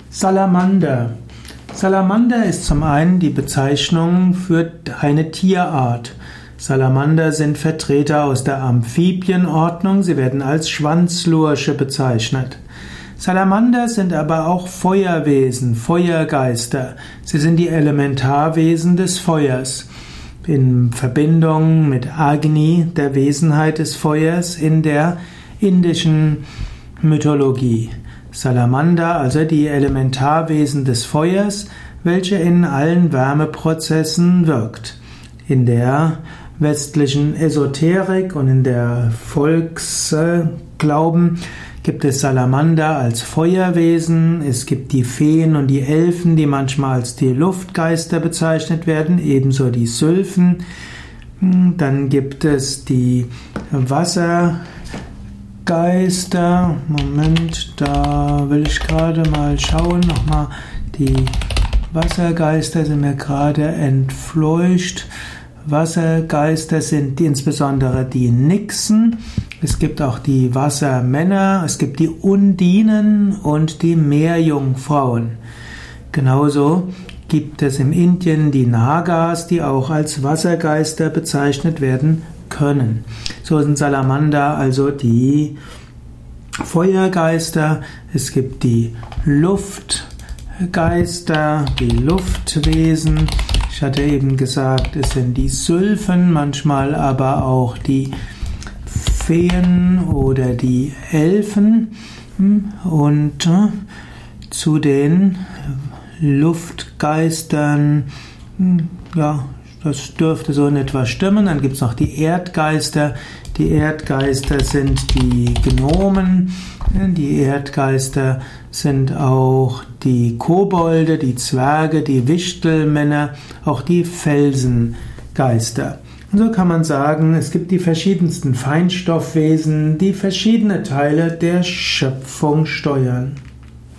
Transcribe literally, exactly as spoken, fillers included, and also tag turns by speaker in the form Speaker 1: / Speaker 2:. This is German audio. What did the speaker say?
Speaker 1: Salamander. Salamander ist zum einen die Bezeichnung für eine Tierart. Salamander sind Vertreter aus der Amphibienordnung, sie werden als Schwanzlurche bezeichnet. Salamander sind aber auch Feuerwesen, Feuergeister. Sie sind die Elementarwesen des Feuers. In Verbindung mit Agni, der Wesenheit des Feuers in der indischen Mythologie. Salamander, also die Elementarwesen des Feuers, welche in allen Wärmeprozessen wirkt. In der westlichen Esoterik und in der Volksglauben gibt es Salamander als Feuerwesen, es gibt die Feen und die Elfen, die manchmal als die Luftgeister bezeichnet werden, ebenso die Sylphen. Dann gibt es die Wassergeister. Moment, da will ich gerade mal schauen, nochmal, die Wassergeister sind mir gerade entfleucht. Wassergeister sind insbesondere die Nixen. Es gibt auch die Wassermänner, es gibt die Undinen und die Meerjungfrauen. Genauso gibt es in Indien die Nagas, die auch als Wassergeister bezeichnet werden können. So sind Salamander also die Feuergeister. Es gibt die Luftgeister, die Luftwesen. Ich hatte eben gesagt, es sind die Sylphen, manchmal aber auch die Feen oder die Elfen. Und zu den Luftgeistern, ja, das dürfte so in etwa stimmen. Dann gibt es noch die Erdgeister. Die Erdgeister sind die Gnomen. Die Erdgeister sind auch die Kobolde, die Zwerge, die Wichtelmänner, auch die Felsengeister. Und so kann man sagen, es gibt die verschiedensten Feinstoffwesen, die verschiedene Teile der Schöpfung steuern.